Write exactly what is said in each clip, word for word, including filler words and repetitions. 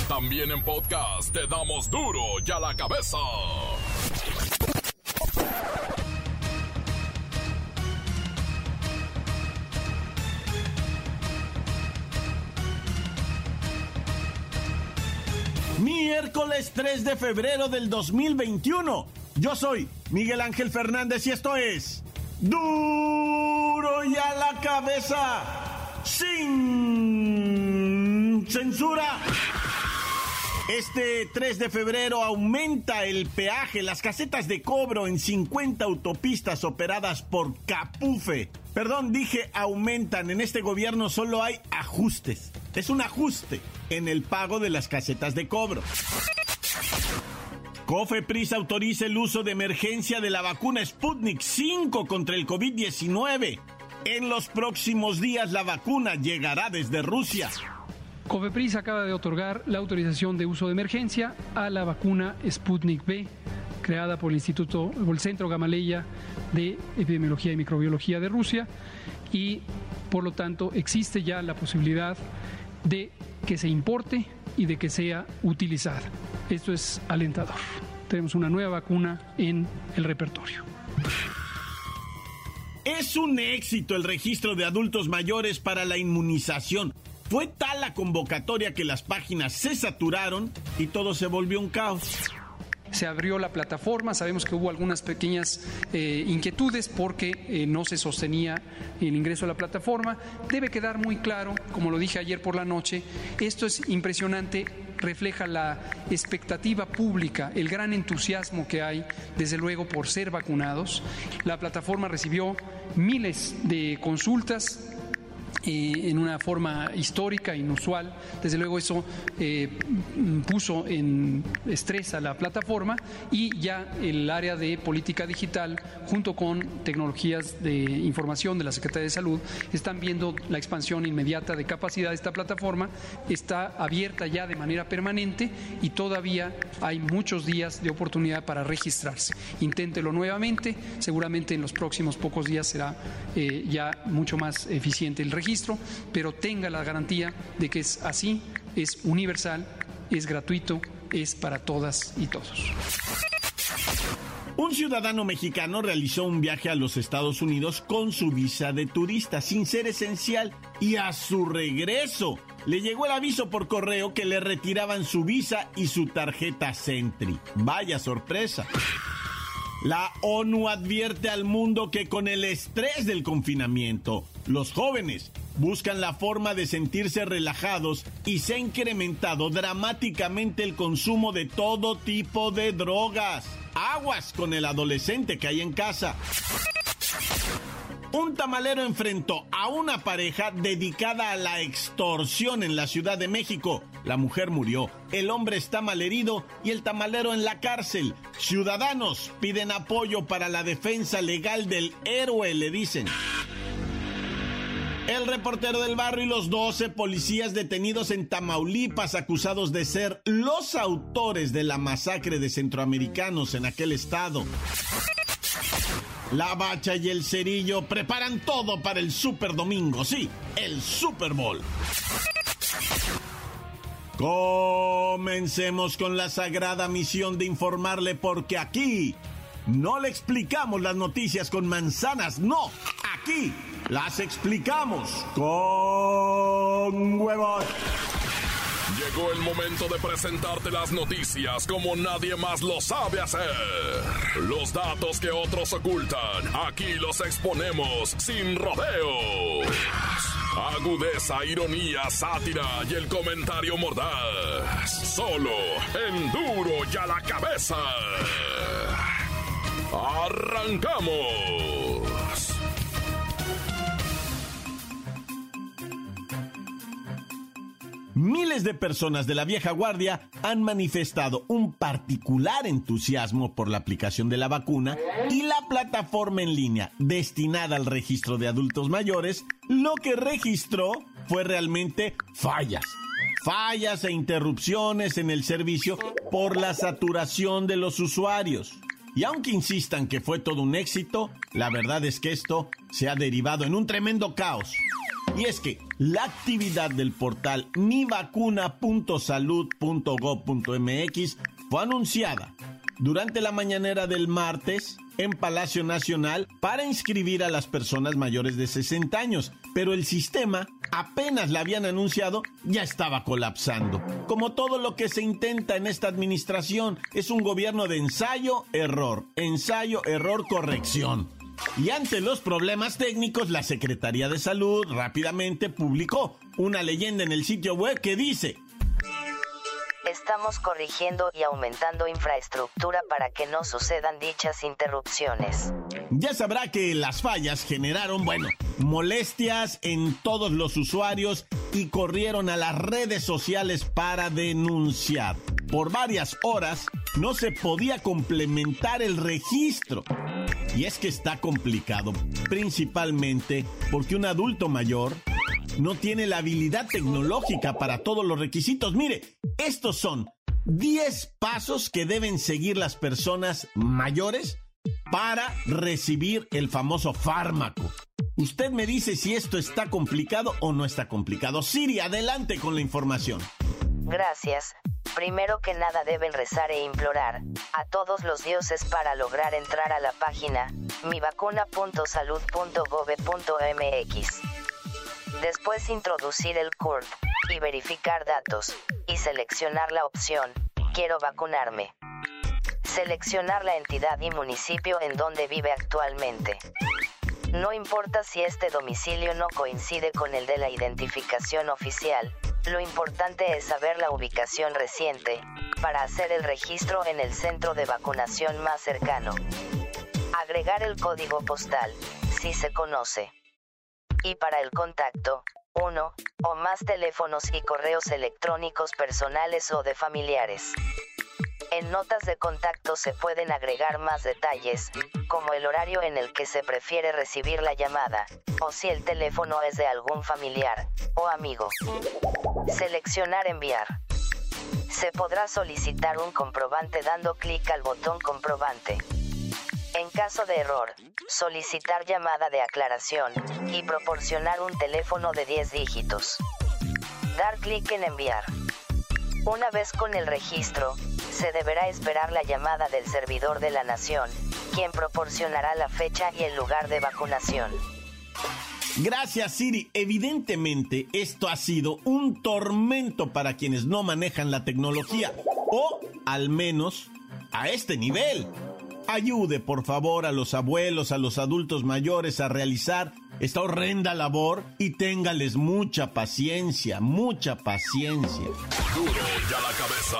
También en podcast te damos duro y a la cabeza. Miércoles tres de febrero del dos mil veintiuno. Yo soy Miguel Ángel Fernández y esto es Duro y a la cabeza, sin censura. Este tres de febrero aumenta el peaje, las casetas de cobro en cincuenta autopistas operadas por Capufe. Perdón, dije aumentan. En este gobierno solo hay ajustes. Es un ajuste en el pago de las casetas de cobro. Cofepris autoriza el uso de emergencia de la vacuna Sputnik cinco contra el COVID diecinueve. En los próximos días la vacuna llegará desde Rusia. Cofepris acaba de otorgar la autorización de uso de emergencia a la vacuna Sputnik V, creada por el Instituto, por el Centro Gamaleya de Epidemiología y Microbiología de Rusia, y por lo tanto existe ya la posibilidad de que se importe y de que sea utilizada. Esto es alentador. Tenemos una nueva vacuna en el repertorio. Es un éxito el registro de adultos mayores para la inmunización. Fue tal la convocatoria que las páginas se saturaron y todo se volvió un caos. Se abrió la plataforma, sabemos que hubo algunas pequeñas eh, inquietudes porque eh, no se sostenía el ingreso a la plataforma. Debe quedar muy claro, como lo dije ayer por la noche, esto es impresionante, refleja la expectativa pública, el gran entusiasmo que hay, desde luego, por ser vacunados. La plataforma recibió miles de consultas, Eh, en una forma histórica, inusual. Desde luego eso eh, puso en estrés a la plataforma, y ya el área de política digital junto con tecnologías de información de la Secretaría de Salud están viendo la expansión inmediata de capacidad de esta plataforma. Está abierta ya de manera permanente y todavía hay muchos días de oportunidad para registrarse. Inténtelo nuevamente, seguramente en los próximos pocos días será eh, ya mucho más eficiente el registro. Pero tenga la garantía de que es así, es universal, es gratuito, es para todas y todos. Un ciudadano mexicano realizó un viaje a los Estados Unidos con su visa de turista sin ser esencial, y a su regreso le llegó el aviso por correo que le retiraban su visa y su tarjeta Sentry. Vaya sorpresa. La ONU advierte al mundo que con el estrés del confinamiento, los jóvenes buscan la forma de sentirse relajados y se ha incrementado dramáticamente el consumo de todo tipo de drogas. Aguas con el adolescente que hay en casa. Un tamalero enfrentó a una pareja dedicada a la extorsión en la Ciudad de México. La mujer murió, el hombre está malherido y el tamalero en la cárcel. Ciudadanos piden apoyo para la defensa legal del héroe, le dicen. El reportero del barrio y los doce policías detenidos en Tamaulipas acusados de ser los autores de la masacre de centroamericanos en aquel estado. La Bacha y el Cerillo preparan todo para el Super Domingo, sí, el Super Bowl. Comencemos con la sagrada misión de informarle, porque aquí no le explicamos las noticias con manzanas, no, aquí las explicamos con huevos. Llegó el momento de presentarte las noticias como nadie más lo sabe hacer. Los datos que otros ocultan, aquí los exponemos sin rodeos. Agudeza, ironía, sátira y el comentario mordaz. Solo en Duro y a la Cabeza. ¡Arrancamos! Miles de personas de la vieja guardia han manifestado un particular entusiasmo por la aplicación de la vacuna, y la plataforma en línea destinada al registro de adultos mayores lo que registró fue realmente fallas. Fallas e interrupciones en el servicio por la saturación de los usuarios. Y aunque insistan que fue todo un éxito, la verdad es que esto se ha derivado en un tremendo caos. Y es que la actividad del portal mi vacuna punto salud punto gob punto mx fue anunciada durante la mañanera del martes en Palacio Nacional para inscribir a las personas mayores de sesenta años, pero el sistema, apenas la habían anunciado, ya estaba colapsando. Como todo lo que se intenta en esta administración, es un gobierno de ensayo, error, ensayo, error, corrección. Y ante los problemas técnicos, la Secretaría de Salud rápidamente publicó una leyenda en el sitio web que dice: estamos corrigiendo y aumentando infraestructura para que no sucedan dichas interrupciones. Ya sabrá que las fallas generaron, bueno, molestias en todos los usuarios y corrieron a las redes sociales para denunciar. Por varias horas no se podía complementar el registro. Y es que está complicado, principalmente porque un adulto mayor no tiene la habilidad tecnológica para todos los requisitos. Mire, estos son diez pasos que deben seguir las personas mayores para recibir el famoso fármaco. Usted me dice si esto está complicado o no está complicado. Siri, adelante con la información. Gracias. Primero que nada deben rezar e implorar a todos los dioses para lograr entrar a la página mi vacuna punto salud punto gob punto mx. Después introducir el C U R P y verificar datos, y seleccionar la opción quiero vacunarme. Seleccionar la entidad y municipio en donde vive actualmente. No importa si este domicilio no coincide con el de la identificación oficial, lo importante es saber la ubicación reciente, para hacer el registro en el centro de vacunación más cercano. Agregar el código postal, si se conoce. Y para el contacto, uno o más teléfonos y correos electrónicos personales o de familiares. En notas de contacto se pueden agregar más detalles, como el horario en el que se prefiere recibir la llamada, o si el teléfono es de algún familiar o amigo. Seleccionar enviar. Se podrá solicitar un comprobante dando clic al botón comprobante. En caso de error, solicitar llamada de aclaración y proporcionar un teléfono de diez dígitos. Dar clic en enviar. Una vez con el registro, se deberá esperar la llamada del servidor de la nación, quien proporcionará la fecha y el lugar de vacunación. Gracias, Siri. Evidentemente, esto ha sido un tormento para quienes no manejan la tecnología, o al menos a este nivel. Ayude, por favor, a los abuelos, a los adultos mayores a realizar esta horrenda labor y téngales mucha paciencia, mucha paciencia. Duro ya la cabeza.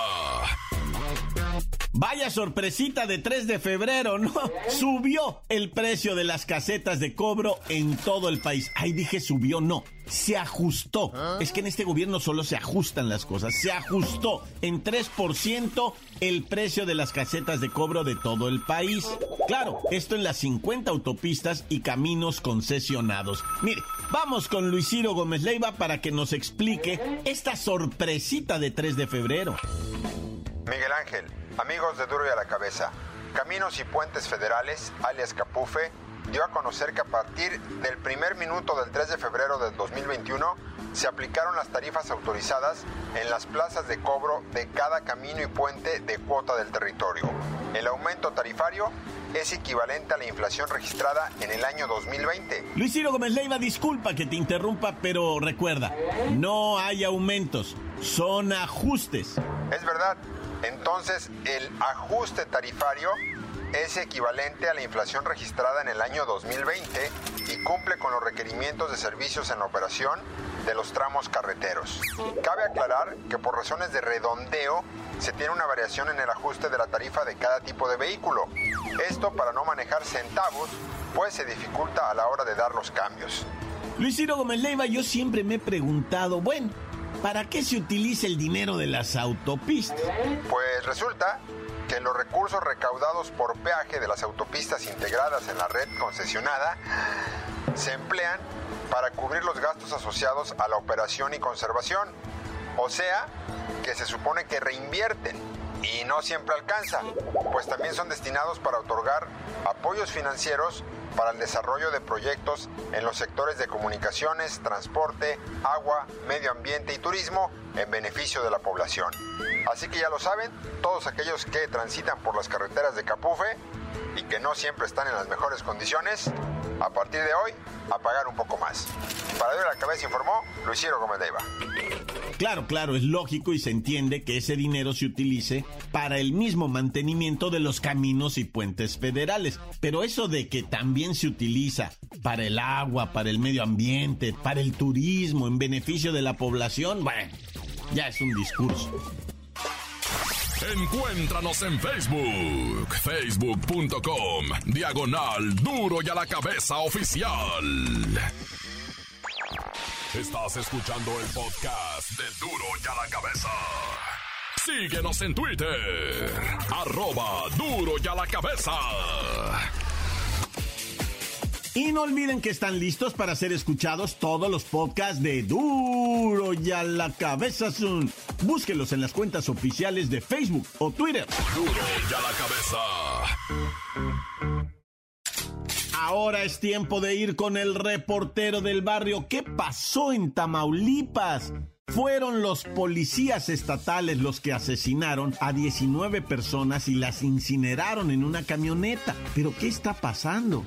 Vaya sorpresita de tres de febrero, ¿no? Subió el precio de las casetas de cobro en todo el país. Ay, dije subió, no, se ajustó. Es que en este gobierno solo se ajustan las cosas. Se ajustó en tres por ciento el precio de las casetas de cobro de todo el país. Claro, esto en las cincuenta autopistas y caminos concesionados. Mire, vamos con Luis Ciro Gómez Leiva para que nos explique esta sorpresita de tres de febrero. Miguel Ángel, amigos de Duro y a la Cabeza, Caminos y Puentes Federales, alias Capufe, dio a conocer que a partir del primer minuto del tres de febrero del dos mil veintiuno se aplicaron las tarifas autorizadas en las plazas de cobro de cada camino y puente de cuota del territorio. El aumento tarifario es equivalente a la inflación registrada en el año dos mil veinte. Luis Ciro Gómez Leiva, disculpa que te interrumpa, pero recuerda, no hay aumentos, son ajustes. Es verdad. Entonces, el ajuste tarifario es equivalente a la inflación registrada en el año dos mil veinte y cumple con los requerimientos de servicios en la operación de los tramos carreteros. Cabe aclarar que por razones de redondeo se tiene una variación en el ajuste de la tarifa de cada tipo de vehículo. Esto para no manejar centavos, pues se dificulta a la hora de dar los cambios. Luis Ciro Gómez Leiva, yo siempre me he preguntado, bueno, ¿para qué se utiliza el dinero de las autopistas? Pues resulta que los recursos recaudados por peaje de las autopistas integradas en la red concesionada se emplean para cubrir los gastos asociados a la operación y conservación. O sea, que se supone que reinvierten y no siempre alcanza, pues también son destinados para otorgar apoyos financieros para el desarrollo de proyectos en los sectores de comunicaciones, transporte, agua, medio ambiente y turismo en beneficio de la población. Así que ya lo saben, todos aquellos que transitan por las carreteras de Capufe y que no siempre están en las mejores condiciones, a partir de hoy, a pagar un poco más. Para Duro y a la Cabeza informó Luis Ciro Gómez Leiva. Claro, claro, es lógico y se entiende que ese dinero se utilice para el mismo mantenimiento de los caminos y puentes federales. Pero eso de que también se utiliza para el agua, para el medio ambiente, para el turismo, en beneficio de la población, bueno, ya es un discurso. Encuéntranos en Facebook, facebook punto com, diagonal Duro y a la Cabeza Oficial. Estás escuchando el podcast de Duro y a la Cabeza. Síguenos en Twitter, arroba Duro y a la Cabeza. Y no olviden que están listos para ser escuchados todos los podcasts de Duro y a la Cabeza Zoom. Búsquenlos en las cuentas oficiales de Facebook o Twitter. Duro y a la Cabeza. Ahora es tiempo de ir con el reportero del barrio. ¿Qué pasó en Tamaulipas? Fueron los policías estatales los que asesinaron a diecinueve personas y las incineraron en una camioneta. ¿Pero qué está pasando?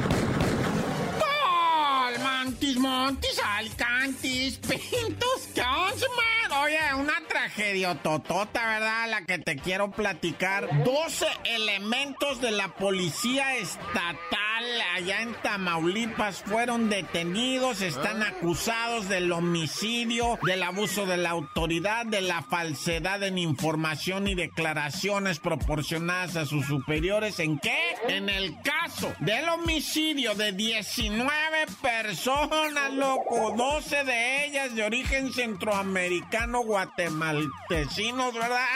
Montis, Montis, Alicantis, Pintos, ¿qué once, man? Oye, una tragedia totota, ¿verdad? La que te quiero platicar. doce elementos de la policía estatal allá en Tamaulipas fueron detenidos, están acusados del homicidio, del abuso de la autoridad, de la falsedad en información y declaraciones proporcionadas a sus superiores. ¿En qué? En el caso del homicidio de diecinueve personas, loco, doce de ellas de origen centroamericano, guatemaltecinos, ¿verdad?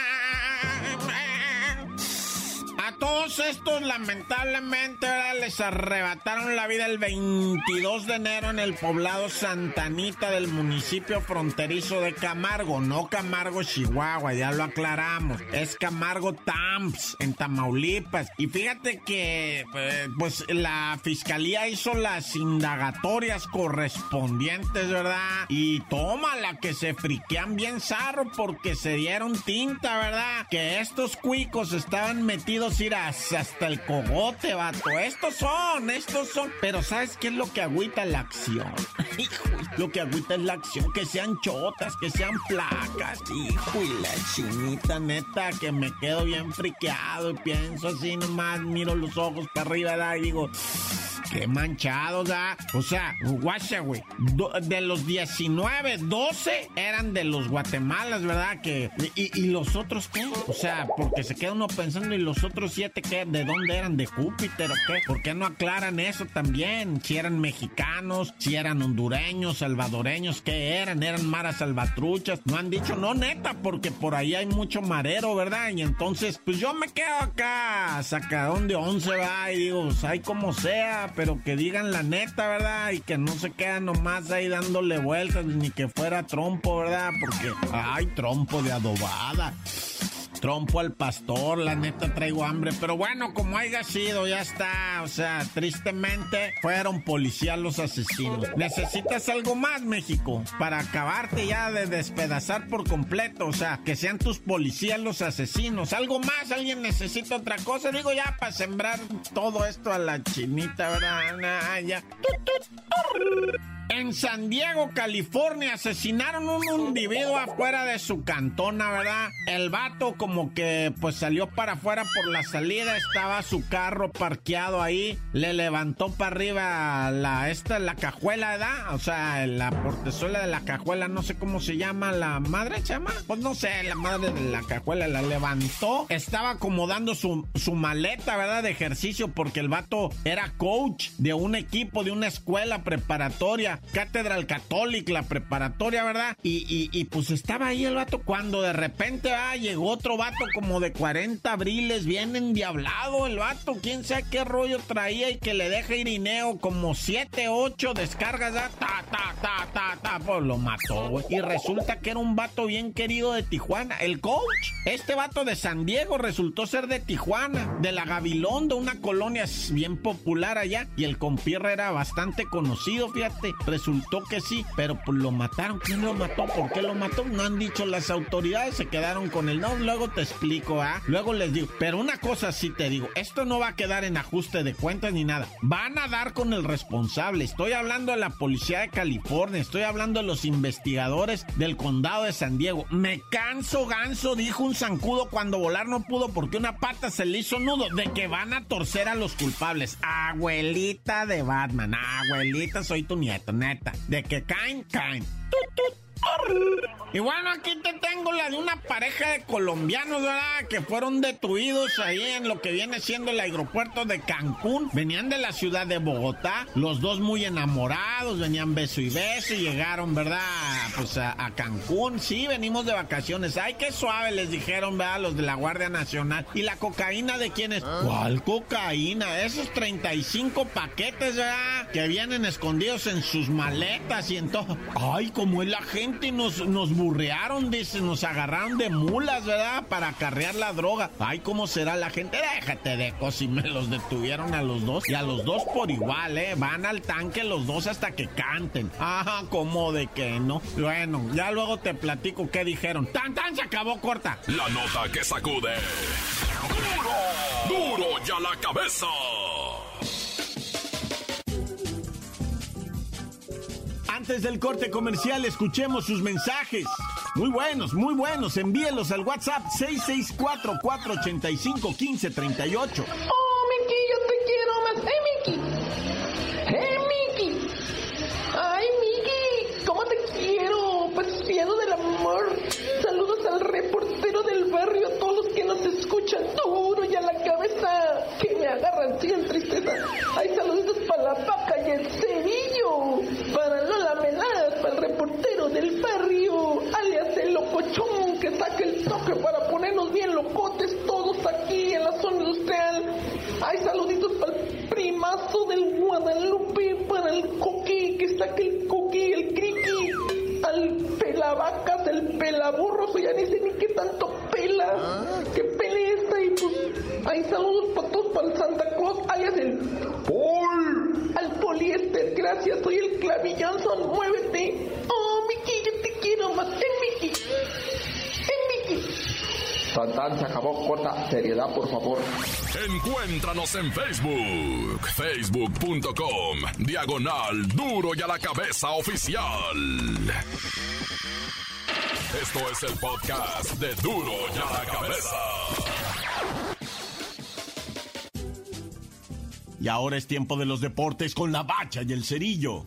A todos estos, lamentablemente, ¿verdad?, les arrebataron la vida el veintidós de enero en el poblado Santa Anita del municipio fronterizo de Camargo. No Camargo, Chihuahua, ya lo aclaramos. Es Camargo Tamps, en Tamaulipas. Y fíjate que, eh, pues, la fiscalía hizo las indagatorias correspondientes, ¿verdad? Y tómala, que se friquean bien zarro porque se dieron tinta, ¿verdad? Que estos cuicos estaban metidos ir hasta el cogote, vato. Estos son, estos son. Pero ¿sabes qué es lo que agüita la acción? Hijo, lo que agüita es la acción. Que sean chotas, que sean placas. Hijo, y la chinita, neta, que me quedo bien friqueado y pienso así nomás, miro los ojos para arriba, ¿verdad? Y digo, qué manchados, ¿verdad? O sea, guacha, güey. De los diecinueve, doce eran de los Guatemalas, ¿verdad? Que, y, y los otros, ¿qué? O sea, porque se queda uno pensando, ¿y los otros siete qué? ¿De dónde eran? ¿De Júpiter o qué? ¿Por qué no aclaran eso también? Si eran mexicanos, si eran hondureños, salvadoreños, ¿qué eran? ¿Eran maras salvatruchas? No han dicho, no, neta, porque por ahí hay mucho marero, ¿verdad? Y entonces, pues yo me quedo acá, sacadón de once, ¿verdad? Y digo, pues hay como sea, pero que digan la neta, ¿verdad? Y que no se quedan nomás ahí dándole vueltas, ni que fuera trompo, ¿verdad? Porque, ay, trompo de adobada. Trompo al pastor, la neta traigo hambre. Pero bueno, como haya sido, ya está. O sea, tristemente fueron policías los asesinos. ¿Necesitas algo más, México? Para acabarte ya de despedazar por completo. O sea, que sean tus policías los asesinos. ¿Algo más? ¿Alguien necesita otra cosa? Digo, ya para sembrar todo esto a la chinita, ¿verdad? Nah, ya. En San Diego, California, asesinaron a un individuo afuera de su cantona, ¿verdad? El vato como que pues salió para afuera por la salida, estaba su carro parqueado ahí, le levantó para arriba la esta la cajuela, ¿verdad? O sea, la portezuela de la cajuela, no sé cómo se llama, la madre se llama, pues no sé, la madre de la cajuela la levantó, estaba acomodando su, su maleta, ¿verdad? De ejercicio, porque el vato era coach de un equipo, de una escuela preparatoria. la Catedral Catholic, la preparatoria, ¿verdad? Y, y, y pues estaba ahí el vato cuando de repente ah, llegó otro vato como de cuarenta abriles, bien endiablado el vato, quién sabe qué rollo traía y que le deja irineo como siete, ocho descargas, ¿verdad? ta, ta, ta, ta, ta, pues lo mató, güey. Y resulta que era un vato bien querido de Tijuana, el coach. Este vato de San Diego resultó ser de Tijuana, de la Gabilondo, una colonia bien popular allá, y el compierre era bastante conocido, fíjate. Resultó que sí, pero pues lo mataron. ¿Quién lo mató? ¿Por qué lo mató? No han dicho las autoridades, se quedaron con el no, luego te explico, ¿ah? Luego les digo, pero una cosa sí te digo, esto no va a quedar en ajuste de cuentas ni nada. Van a dar con el responsable. Estoy hablando de la policía de California, estoy hablando de los investigadores del condado de San Diego. Me canso ganso, dijo un zancudo cuando volar no pudo porque una pata se le hizo nudo, de que van a torcer a los culpables. Abuelita de Batman, abuelita, soy tu nieto, neta. De que caen, caen. Tut, tut. Y bueno, aquí te tengo la de una pareja de colombianos, ¿verdad? Que fueron destruidos ahí en lo que viene siendo el aeropuerto de Cancún. Venían de la ciudad de Bogotá, los dos muy enamorados, venían beso y beso y llegaron, ¿verdad? Pues a, a Cancún. Sí, venimos de vacaciones. Ay, qué suave, les dijeron, ¿verdad? Los de la Guardia Nacional. ¿Y la cocaína de quién es? ¿Ah? ¿Cuál cocaína? Esos treinta y cinco paquetes, ¿verdad? Que vienen escondidos en sus maletas y en todo. Ay, cómo es la gente. Y nos, nos burrearon, dice, nos agarraron de mulas, ¿verdad? Para acarrear la droga. Ay, ¿cómo será la gente? Déjate de cosas, y me los detuvieron a los dos. Y a los dos por igual, ¿eh? Van al tanque los dos hasta que canten. Ajá, ¿cómo de que no? Bueno, ya luego te platico qué dijeron. ¡Tan, tan! Se acabó, corta. La nota que sacude. ¡Duro! ¡Duro ya la cabeza! Antes del corte comercial, escuchemos sus mensajes. Muy buenos, muy buenos. Envíelos al WhatsApp seis seis cuatro, cuatro ocho cinco, uno cinco tres ocho. Oh, Mickey, yo te quiero más. ¡Hey, Mickey! ¡Hey, Mickey! ¡Ay, Mickey! ¿Cómo te quiero? Pasiado del amor. Saludos al reportero del barrio, a todos los que nos escuchan. Duro y a la cabeza, que me agarran sin tristeza. Ay, saludos para la vaca y el cerillo. Para Lola Melas, para el reportero del barrio, alias el locochón, que saque el toque para ponernos bien locotes todos aquí en la zona industrial. Hay saluditos para el primazo del Guadalupe, para el coqui, que saque el coqui, el criqui, al pelavacas, el pelaburros, o ya ni sé ni qué tanto pela, ¿Ah? que pele esta, y pues hay saludos para todos, para el Santa Claus, alias el Paul, al poliéster, gracias, soy el Clavi Johnson, muévete. Oh, Mickey, yo te quiero más. ¡Eh, Mickey! ¡Eh, Mickey! Tan, tan, se acabó, corta, seriedad, por favor. Encuéntranos en Facebook, facebook punto com, diagonal Duro y a la Cabeza Oficial. Esto es el podcast de Duro y a la Cabeza. Y ahora es tiempo de los deportes con la Bacha y el Cerillo.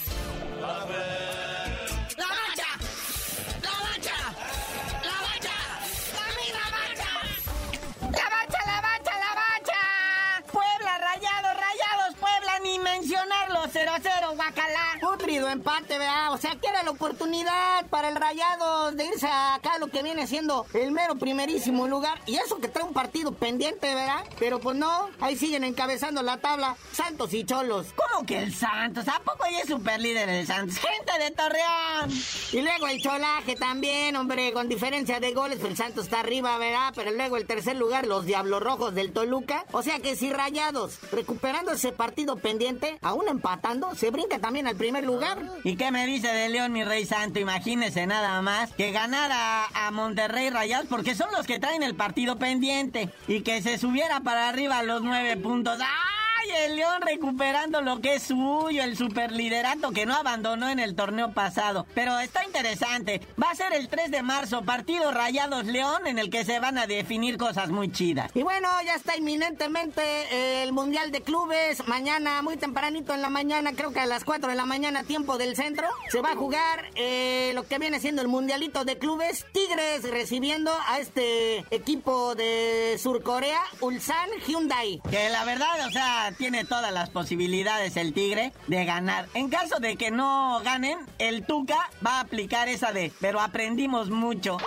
cero a cero, guacalá. Putrido empate, ¿verdad? O sea, que era la oportunidad para el Rayados de irse acá a lo que viene siendo el mero primerísimo lugar. Y eso que trae un partido pendiente, ¿verdad? Pero pues no, ahí siguen encabezando la tabla Santos y Cholos. ¿Cómo que el Santos? ¿A poco ya es super líder el Santos? ¡Gente de Torreón! Y luego el Cholaje también, hombre, con diferencia de goles, pues el Santos está arriba, ¿verdad? Pero luego el tercer lugar, los Diablos Rojos del Toluca. O sea que si Rayados, recuperando ese partido pendiente, aún empatando, se brinca también al primer lugar. ¿Y qué me dice de León, mi rey santo? Imagínese nada más que ganara a Monterrey Rayados, porque son los que traen el partido pendiente, y que se subiera para arriba a los nueve puntos. ¡Ah! El León recuperando lo que es suyo, el superliderato que no abandonó en el torneo pasado. Pero está interesante. Va a ser el tres de marzo, partido Rayados León, en el que se van a definir cosas muy chidas. Y bueno, ya está inminentemente el Mundial de Clubes. Mañana, muy tempranito en la mañana, creo que a las cuatro de la mañana, tiempo del centro, se va a jugar eh, lo que viene siendo el Mundialito de Clubes. Tigres recibiendo a este equipo de Surcorea, Ulsan Hyundai. Que la verdad, o sea, tiene todas las posibilidades el Tigre de ganar. En caso de que no ganen, el Tuca va a aplicar esa de, pero aprendimos mucho.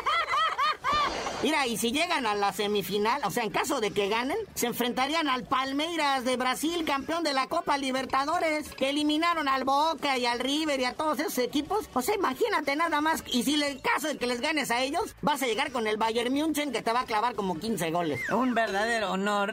Mira, y si llegan a la semifinal, o sea, en caso de que ganen, se enfrentarían al Palmeiras de Brasil, campeón de la Copa Libertadores, que eliminaron al Boca y al River y a todos esos equipos. O sea, imagínate nada más, y si en caso de que les ganes a ellos, vas a llegar con el Bayern München, que te va a clavar como quince goles. Un verdadero honor.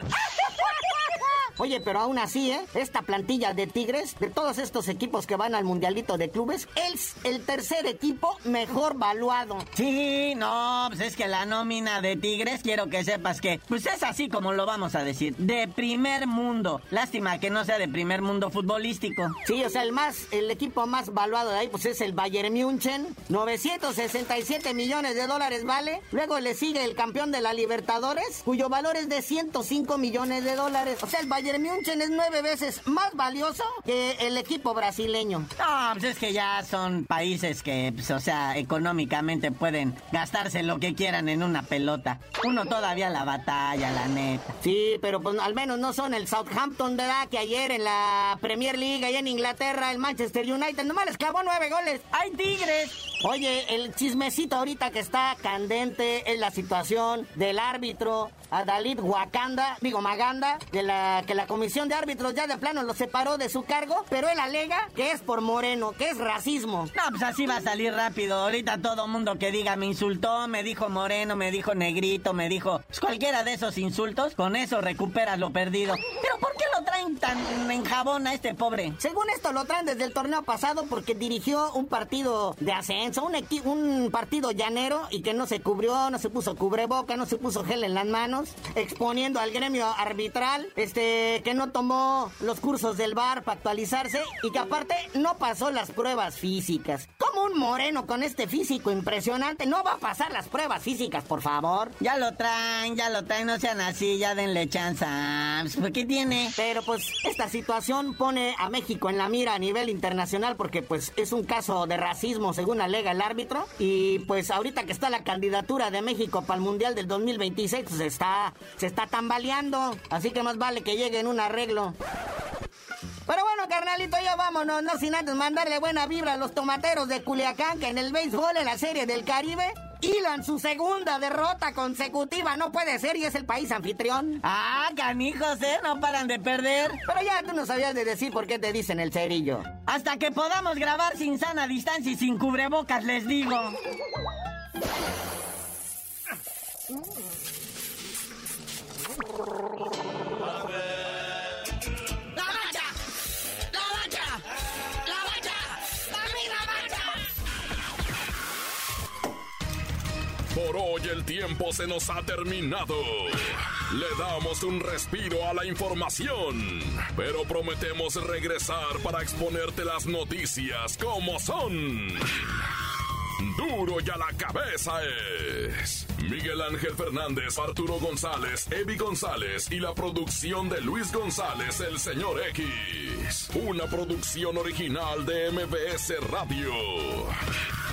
Oye, pero aún así, ¿eh? Esta plantilla de Tigres, de todos estos equipos que van al Mundialito de Clubes, es el tercer equipo mejor valuado. Sí, no, pues es que la nómina de Tigres, quiero que sepas que, pues es así como lo vamos a decir, de primer mundo. Lástima que no sea de primer mundo futbolístico. Sí, o sea, el más, el equipo más valuado de ahí, pues es el Bayern München, novecientos sesenta y siete millones de dólares vale. Luego le sigue el campeón de la Libertadores, cuyo valor es de ciento cinco millones de dólares. O sea, el Bayern München es nueve veces más valioso que el equipo brasileño. No, pues es que ya son países que, pues, o sea, económicamente pueden gastarse lo que quieran en una pelota. Uno todavía la batalla, la neta. Sí, pero pues al menos no son el Southampton, ¿verdad? Que ayer en la Premier League, allá en Inglaterra, el Manchester United nomás les clavó nueve goles. ¡Ay, Tigres! Oye, el chismecito ahorita que está candente es la situación del árbitro Adalid Wakanda, digo Maganda, de la que la comisión de árbitros ya de plano lo separó de su cargo, pero él alega que es por moreno, que es racismo. No, pues así va a salir rápido. Ahorita todo mundo que diga me insultó, me dijo moreno, me dijo negrito, me dijo... Pues cualquiera de esos insultos, con eso recuperas lo perdido. Pero ¿por qué lo traen tan en jabón a este pobre? Según esto lo traen desde el torneo pasado porque dirigió un partido de ascenso, un, equi- un partido llanero y que no se cubrió, no se puso cubreboca, no se puso gel en las manos, exponiendo al gremio arbitral, este, que no tomó los cursos del V A R para actualizarse y que aparte no pasó las pruebas físicas. ¿Cómo un moreno con este físico impresionante no va a pasar las pruebas físicas, por favor? Ya lo traen, ya lo traen, no sean así, ya denle chanza. Pues, ¿qué tiene? Pero pues esta situación pone a México en la mira a nivel internacional porque pues es un caso de racismo según alega el árbitro y pues ahorita que está la candidatura de México para el Mundial del dos mil veintiséis pues está, se está tambaleando, así que más vale que llegue en un arreglo. Pero bueno, carnalito, ya vámonos, no sin antes mandarle buena vibra a los tomateros de Culiacán, que en el béisbol, en la Serie del Caribe, hilan su segunda derrota consecutiva. No puede ser, y es el país anfitrión. Ah, canijos, ¿eh? No paran de perder. Pero ya tú no sabías de decir por qué te dicen el cerillo. Hasta que podamos grabar sin sana distancia y sin cubrebocas, les digo. Por hoy el tiempo se nos ha terminado. Le damos un respiro a la información, pero prometemos regresar para exponerte las noticias como son. Duro y a la cabeza es Miguel Ángel Fernández, Arturo González, Evi González y la producción de Luis González, el señor X. Una producción original de M B S Radio.